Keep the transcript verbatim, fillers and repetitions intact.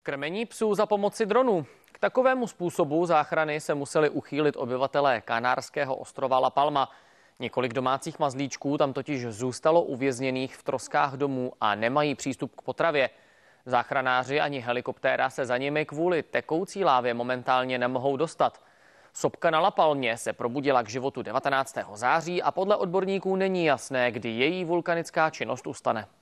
Krmení psů za pomoci dronů. K takovému způsobu záchrany se museli uchýlit obyvatelé Kanárského ostrova La Palma. Několik domácích mazlíčků tam totiž zůstalo uvězněných v troskách domů a nemají přístup k potravě. Záchranáři ani helikoptéra se za nimi kvůli tekoucí lávě momentálně nemohou dostat. Sopka na La Palmě se probudila k životu devatenáctého září a podle odborníků není jasné, kdy její vulkanická činnost ustane.